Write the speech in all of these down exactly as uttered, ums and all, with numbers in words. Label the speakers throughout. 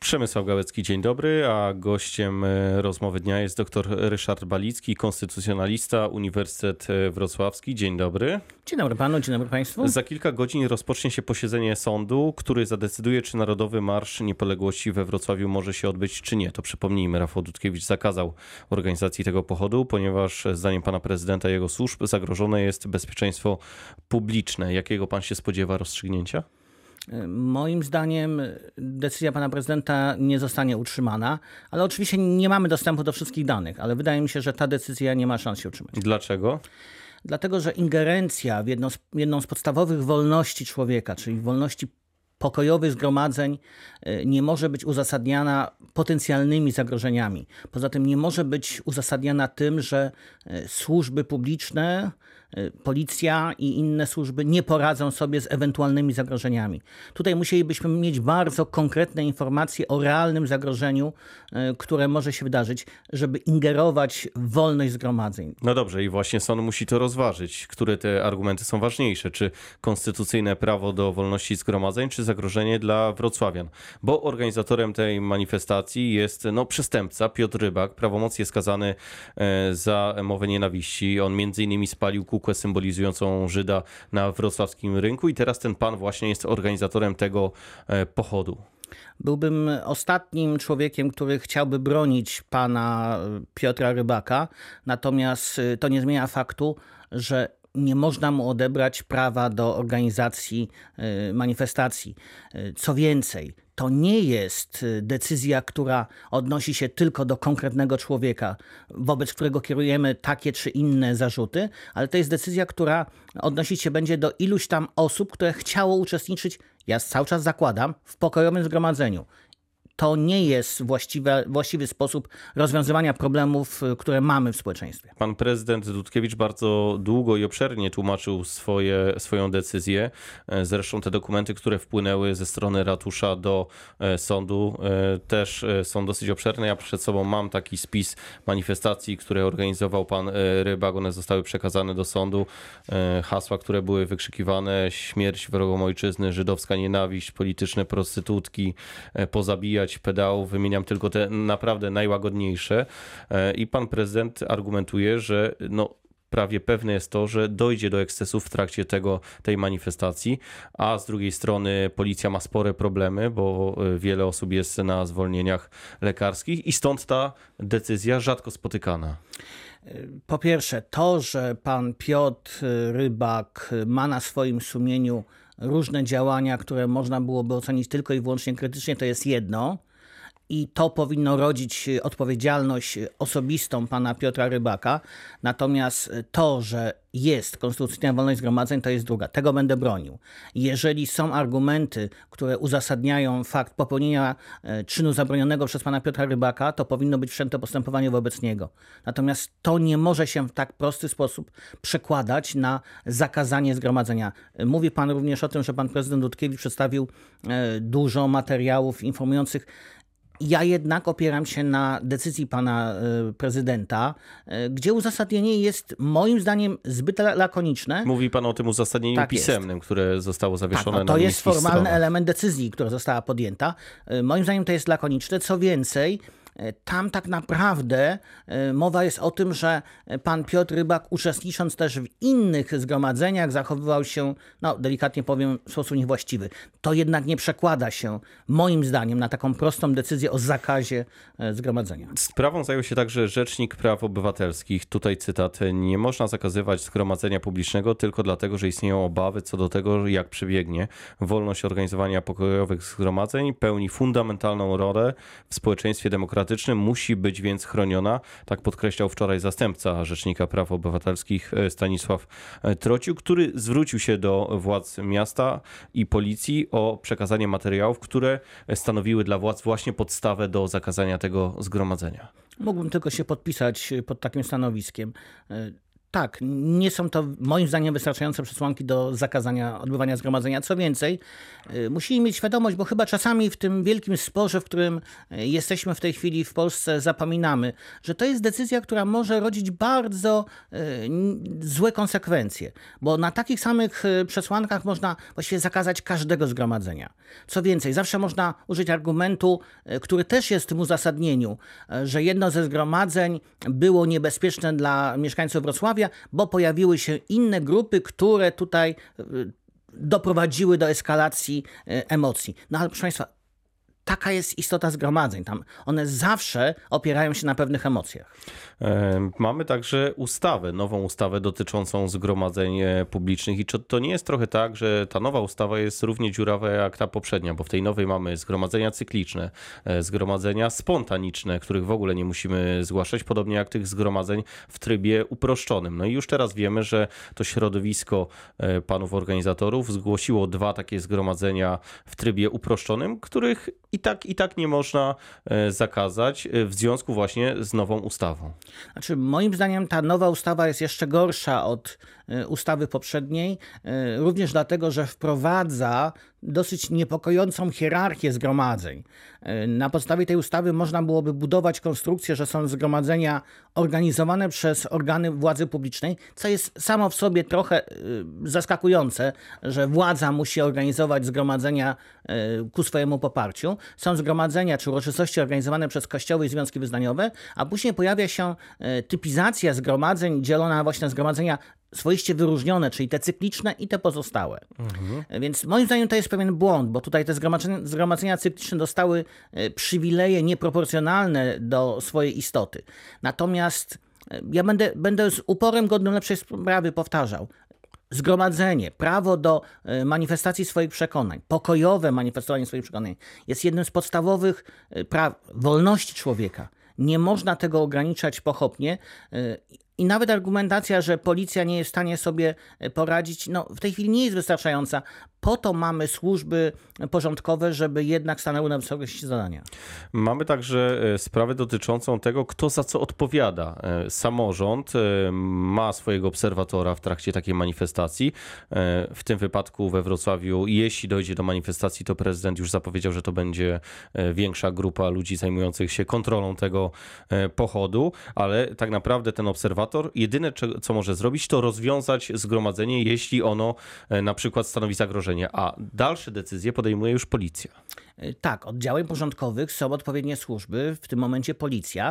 Speaker 1: Przemysław Gałecki, dzień dobry, a gościem rozmowy dnia jest dr Ryszard Balicki, konstytucjonalista, Uniwersytet Wrocławski. Dzień dobry.
Speaker 2: Dzień dobry panu, dzień dobry państwu.
Speaker 1: Za kilka godzin rozpocznie się posiedzenie sądu, który zadecyduje, czy Narodowy Marsz Niepodległości we Wrocławiu może się odbyć, czy nie. To przypomnijmy, Rafał Dudkiewicz zakazał organizacji tego pochodu, ponieważ zdaniem pana prezydenta i jego służb zagrożone jest bezpieczeństwo publiczne. Jakiego pan się spodziewa rozstrzygnięcia?
Speaker 2: Moim zdaniem decyzja pana prezydenta nie zostanie utrzymana, ale oczywiście nie mamy dostępu do wszystkich danych, ale wydaje mi się, że ta decyzja nie ma szans się utrzymać.
Speaker 1: Dlaczego?
Speaker 2: Dlatego, że ingerencja w jedną z, jedną z podstawowych wolności człowieka, czyli wolności pokojowych zgromadzeń, nie może być uzasadniana potencjalnymi zagrożeniami. Poza tym nie może być uzasadniana tym, że służby publiczne, policja i inne służby nie poradzą sobie z ewentualnymi zagrożeniami. Tutaj musielibyśmy mieć bardzo konkretne informacje o realnym zagrożeniu, które może się wydarzyć, żeby ingerować w wolność zgromadzeń.
Speaker 1: No dobrze, i właśnie sąd musi to rozważyć. Które te argumenty są ważniejsze? Czy konstytucyjne prawo do wolności zgromadzeń, czy zagrożenie dla wrocławian? Bo organizatorem tej manifestacji jest no, przestępca Piotr Rybak, prawomocnie skazany za mowę nienawiści. On między innymi spalił kukłę symbolizującą Żyda na wrocławskim rynku i teraz ten pan właśnie jest organizatorem tego pochodu.
Speaker 2: Byłbym ostatnim człowiekiem, który chciałby bronić pana Piotra Rybaka, natomiast to nie zmienia faktu, że nie można mu odebrać prawa do organizacji manifestacji. Co więcej, to nie jest decyzja, która odnosi się tylko do konkretnego człowieka, wobec którego kierujemy takie czy inne zarzuty, ale to jest decyzja, która odnosić się będzie do iluś tam osób, które chciało uczestniczyć, ja cały czas zakładam, w pokojowym zgromadzeniu. To nie jest właściwe, właściwy sposób rozwiązywania problemów, które mamy w społeczeństwie.
Speaker 1: Pan prezydent Dudkiewicz bardzo długo i obszernie tłumaczył swoje, swoją decyzję. Zresztą te dokumenty, które wpłynęły ze strony ratusza do sądu, też są dosyć obszerne. Ja przed sobą mam taki spis manifestacji, które organizował pan Rybak. One zostały przekazane do sądu. Hasła, które były wykrzykiwane: śmierć wrogom ojczyzny, żydowska nienawiść, polityczne prostytutki, pozabijać pedałów, wymieniam tylko te naprawdę najłagodniejsze. I pan prezydent argumentuje, że no, prawie pewne jest to, że dojdzie do ekscesów w trakcie tego, tej manifestacji, a z drugiej strony policja ma spore problemy, bo wiele osób jest na zwolnieniach lekarskich i stąd ta decyzja rzadko spotykana.
Speaker 2: Po pierwsze, to, że pan Piotr Rybak ma na swoim sumieniu różne działania, które można byłoby ocenić tylko i wyłącznie krytycznie, to jest jedno. I to powinno rodzić odpowiedzialność osobistą pana Piotra Rybaka. Natomiast to, że jest konstytucyjna wolność zgromadzeń, to jest druga. Tego będę bronił. Jeżeli są argumenty, które uzasadniają fakt popełnienia czynu zabronionego przez pana Piotra Rybaka, to powinno być wszczęte postępowanie wobec niego. Natomiast to nie może się w tak prosty sposób przekładać na zakazanie zgromadzenia. Mówi pan również o tym, że pan prezydent Dudkiewicz przedstawił dużo materiałów informujących. Ja jednak opieram się na decyzji pana prezydenta, gdzie uzasadnienie jest moim zdaniem zbyt lakoniczne.
Speaker 1: Mówi pan o tym uzasadnieniu tak pisemnym, jest. Które zostało zawieszone tak, no,
Speaker 2: na
Speaker 1: to
Speaker 2: jest formalny
Speaker 1: stronach.
Speaker 2: Element decyzji, która została podjęta. Moim zdaniem to jest lakoniczne. Co więcej, tam tak naprawdę mowa jest o tym, że pan Piotr Rybak, uczestnicząc też w innych zgromadzeniach, zachowywał się, no delikatnie powiem, w sposób niewłaściwy. To jednak nie przekłada się, moim zdaniem, na taką prostą decyzję o zakazie zgromadzenia.
Speaker 1: Sprawą zajął się także Rzecznik Praw Obywatelskich. Tutaj cytat: nie można zakazywać zgromadzenia publicznego tylko dlatego, że istnieją obawy co do tego, jak przebiegnie. Wolność organizowania pokojowych zgromadzeń pełni fundamentalną rolę w społeczeństwie demokratycznym. Musi być więc chroniona, tak podkreślał wczoraj zastępca Rzecznika Praw Obywatelskich Stanisław Trociuk, który zwrócił się do władz miasta i policji o przekazanie materiałów, które stanowiły dla władz właśnie podstawę do zakazania tego zgromadzenia.
Speaker 2: Mógłbym tylko się podpisać pod takim stanowiskiem. Tak, nie są to moim zdaniem wystarczające przesłanki do zakazania odbywania zgromadzenia. Co więcej, y, musimy mieć świadomość, bo chyba czasami w tym wielkim sporze, w którym y, jesteśmy w tej chwili w Polsce, zapominamy, że to jest decyzja, która może rodzić bardzo y, złe konsekwencje, bo na takich samych y, przesłankach można właściwie zakazać każdego zgromadzenia. Co więcej, zawsze można użyć argumentu, y, który też jest w tym uzasadnieniu, y, że jedno ze zgromadzeń było niebezpieczne dla mieszkańców Wrocławia, bo pojawiły się inne grupy, które tutaj doprowadziły do eskalacji emocji. No ale proszę Państwa, taka jest istota zgromadzeń. Tam one zawsze opierają się na pewnych emocjach.
Speaker 1: Mamy także ustawę, nową ustawę dotyczącą zgromadzeń publicznych i czy to nie jest trochę tak, że ta nowa ustawa jest równie dziurawa jak ta poprzednia, bo w tej nowej mamy zgromadzenia cykliczne, zgromadzenia spontaniczne, których w ogóle nie musimy zgłaszać, podobnie jak tych zgromadzeń w trybie uproszczonym. No i już teraz wiemy, że to środowisko panów organizatorów zgłosiło dwa takie zgromadzenia w trybie uproszczonym, których i tak, i tak nie można zakazać w związku właśnie z nową ustawą.
Speaker 2: Znaczy, moim zdaniem ta nowa ustawa jest jeszcze gorsza od ustawy poprzedniej, również dlatego, że wprowadza dosyć niepokojącą hierarchię zgromadzeń. Na podstawie tej ustawy można byłoby budować konstrukcję, że są zgromadzenia organizowane przez organy władzy publicznej, co jest samo w sobie trochę zaskakujące, że władza musi organizować zgromadzenia ku swojemu poparciu. Są zgromadzenia czy uroczystości organizowane przez kościoły i związki wyznaniowe, a później pojawia się typizacja zgromadzeń dzielona właśnie na zgromadzenia swoiście wyróżnione, czyli te cykliczne i te pozostałe. Mhm. Więc moim zdaniem to jest pewien błąd, bo tutaj te zgromadzenia, zgromadzenia cykliczne dostały przywileje nieproporcjonalne do swojej istoty. Natomiast ja będę, będę z uporem godnym lepszej sprawy powtarzał. Zgromadzenie, prawo do manifestacji swoich przekonań, pokojowe manifestowanie swoich przekonań jest jednym z podstawowych praw wolności człowieka. Nie można tego ograniczać pochopnie. I nawet argumentacja, że policja nie jest w stanie sobie poradzić, no w tej chwili nie jest wystarczająca. Po to mamy służby porządkowe, żeby jednak stanęły na wysokości zadania.
Speaker 1: Mamy także sprawę dotyczącą tego, kto za co odpowiada. Samorząd ma swojego obserwatora w trakcie takiej manifestacji. W tym wypadku we Wrocławiu, jeśli dojdzie do manifestacji, to prezydent już zapowiedział, że to będzie większa grupa ludzi zajmujących się kontrolą tego pochodu, ale tak naprawdę ten obserwator jedyne, co może zrobić, to rozwiązać zgromadzenie, jeśli ono na przykład stanowi zagrożenie, a dalsze decyzje podejmuje już policja.
Speaker 2: Tak, od działań porządkowych są odpowiednie służby, w tym momencie policja.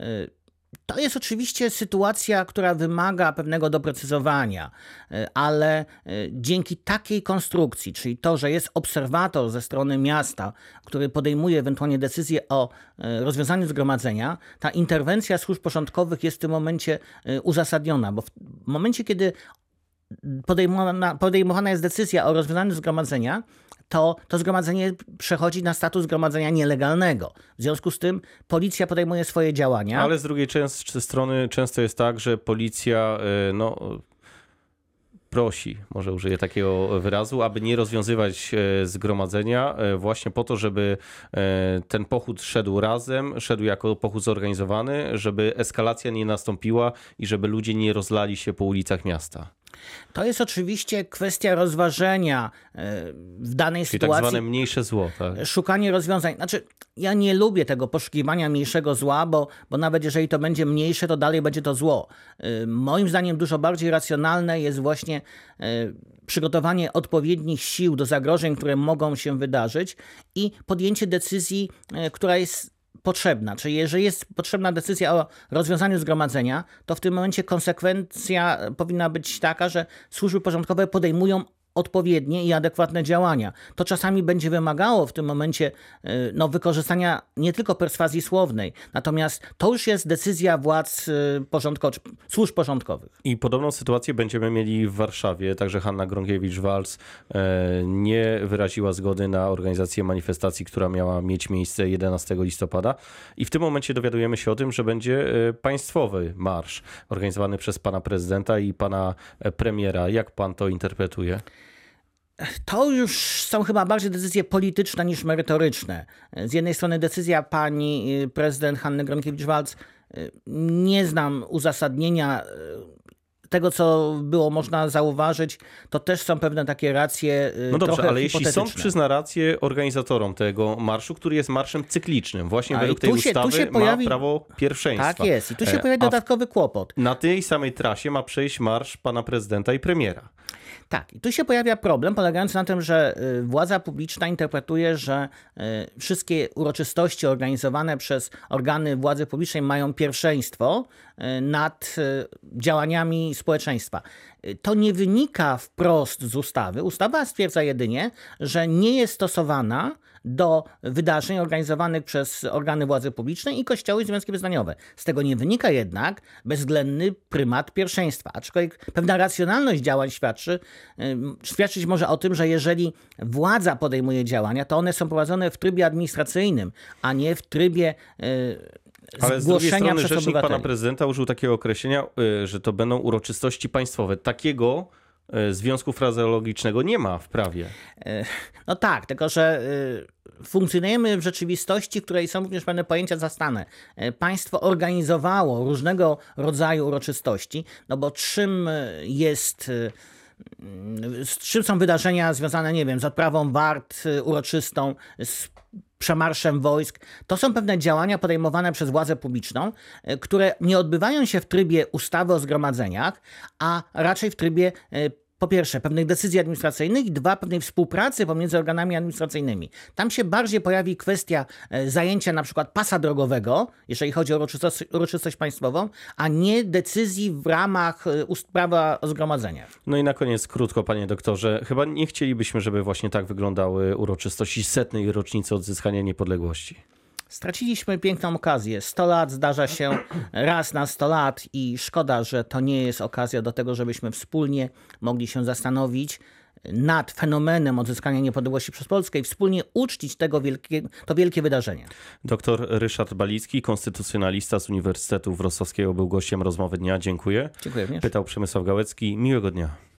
Speaker 2: To jest oczywiście sytuacja, która wymaga pewnego doprecyzowania, ale dzięki takiej konstrukcji, czyli to, że jest obserwator ze strony miasta, który podejmuje ewentualnie decyzję o rozwiązaniu zgromadzenia, ta interwencja służb porządkowych jest w tym momencie uzasadniona, bo w momencie, kiedy podejmowana, podejmowana jest decyzja o rozwiązaniu zgromadzenia, to to zgromadzenie przechodzi na status zgromadzenia nielegalnego. W związku z tym policja podejmuje swoje działania.
Speaker 1: Ale z drugiej strony często jest tak, że policja no, prosi, może użyję takiego wyrazu, aby nie rozwiązywać zgromadzenia właśnie po to, żeby ten pochód szedł razem, szedł jako pochód zorganizowany, żeby eskalacja nie nastąpiła i żeby ludzie nie rozlali się po ulicach miasta.
Speaker 2: To jest oczywiście kwestia rozważenia w danej
Speaker 1: Czyli
Speaker 2: sytuacji.
Speaker 1: tak zwane mniejsze zło. Tak?
Speaker 2: Szukanie rozwiązań. Znaczy, ja nie lubię tego poszukiwania mniejszego zła, bo, bo nawet jeżeli to będzie mniejsze, to dalej będzie to zło. Moim zdaniem dużo bardziej racjonalne jest właśnie przygotowanie odpowiednich sił do zagrożeń, które mogą się wydarzyć i podjęcie decyzji, która jest potrzebna. Czyli jeżeli jest potrzebna decyzja o rozwiązaniu zgromadzenia, to w tym momencie konsekwencja powinna być taka, że służby porządkowe podejmują odpowiednie i adekwatne działania. To czasami będzie wymagało w tym momencie no, wykorzystania nie tylko perswazji słownej, natomiast to już jest decyzja władz porządko- służb porządkowych.
Speaker 1: I podobną sytuację będziemy mieli w Warszawie. Także Hanna Gronkiewicz-Waltz nie wyraziła zgody na organizację manifestacji, która miała mieć miejsce jedenastego listopada. I w tym momencie dowiadujemy się o tym, że będzie państwowy marsz organizowany przez pana prezydenta i pana premiera. Jak pan to interpretuje?
Speaker 2: To już są chyba bardziej decyzje polityczne niż merytoryczne. Z jednej strony decyzja pani prezydent Hanny Gronkiewicz-Waltz, nie znam uzasadnienia tego, co było można zauważyć, to też są pewne takie racje
Speaker 1: No dobrze,
Speaker 2: trochę
Speaker 1: ale jeśli
Speaker 2: hipotetyczne.
Speaker 1: sąd przyzna rację organizatorom tego marszu, który jest marszem cyklicznym, właśnie
Speaker 2: A,
Speaker 1: według
Speaker 2: i
Speaker 1: tej
Speaker 2: tu się- tu
Speaker 1: ustawy
Speaker 2: się pojawi-
Speaker 1: ma prawo pierwszeństwa.
Speaker 2: Tak jest. I tu się
Speaker 1: E,
Speaker 2: pojawia
Speaker 1: a w-
Speaker 2: dodatkowy kłopot.
Speaker 1: Na tej samej trasie ma przejść marsz pana prezydenta i premiera.
Speaker 2: Tak, i tu się pojawia problem polegający na tym, że y, władza publiczna interpretuje, że y, wszystkie uroczystości organizowane przez organy władzy publicznej mają pierwszeństwo y, nad y, działaniami społeczeństwa. Y, To nie wynika wprost z ustawy. Ustawa stwierdza jedynie, że nie jest stosowana do wydarzeń organizowanych przez organy władzy publicznej i kościoły i związki wyznaniowe. Z tego nie wynika jednak bezwzględny prymat pierwszeństwa. Aczkolwiek pewna racjonalność działań świadczy, ym, świadczyć może o tym, że jeżeli władza podejmuje działania, to one są prowadzone w trybie administracyjnym, a nie w trybie yy,
Speaker 1: Ale z drugiej
Speaker 2: zgłoszenia
Speaker 1: strony
Speaker 2: przez
Speaker 1: rzecznik
Speaker 2: obywateli.
Speaker 1: pana prezydenta użył takiego określenia, y, że to będą uroczystości państwowe. Takiego y, związku frazeologicznego nie ma w prawie.
Speaker 2: No tak, tylko że y, funkcjonujemy w rzeczywistości, w której są również pewne pojęcia zastane. Y, Państwo organizowało różnego rodzaju uroczystości, no bo czym y, jest... y, z czym są wydarzenia związane, nie wiem, z odprawą wart y, uroczystą, z przemarszem wojsk. To są pewne działania podejmowane przez władzę publiczną, y, które nie odbywają się w trybie ustawy o zgromadzeniach, a raczej w trybie y, po pierwsze, pewnych decyzji administracyjnych i dwa, pewnej współpracy pomiędzy organami administracyjnymi. Tam się bardziej pojawi kwestia e, zajęcia na przykład pasa drogowego, jeżeli chodzi o uroczystość, uroczystość państwową, a nie decyzji w ramach e, ust- prawa o zgromadzeniach.
Speaker 1: No i na koniec krótko, panie doktorze. Chyba nie chcielibyśmy, żeby właśnie tak wyglądały uroczystości setnej rocznicy odzyskania niepodległości.
Speaker 2: Straciliśmy piękną okazję. sto lat zdarza się raz na sto lat i szkoda, że to nie jest okazja do tego, żebyśmy wspólnie mogli się zastanowić nad fenomenem odzyskania niepodległości przez Polskę i wspólnie uczcić tego wielkie, to wielkie wydarzenie.
Speaker 1: Doktor Ryszard Balicki, konstytucjonalista z Uniwersytetu Wrocławskiego, był gościem rozmowy dnia. Dziękuję.
Speaker 2: Dziękuję również.
Speaker 1: Pytał Przemysław Gałecki. Miłego dnia.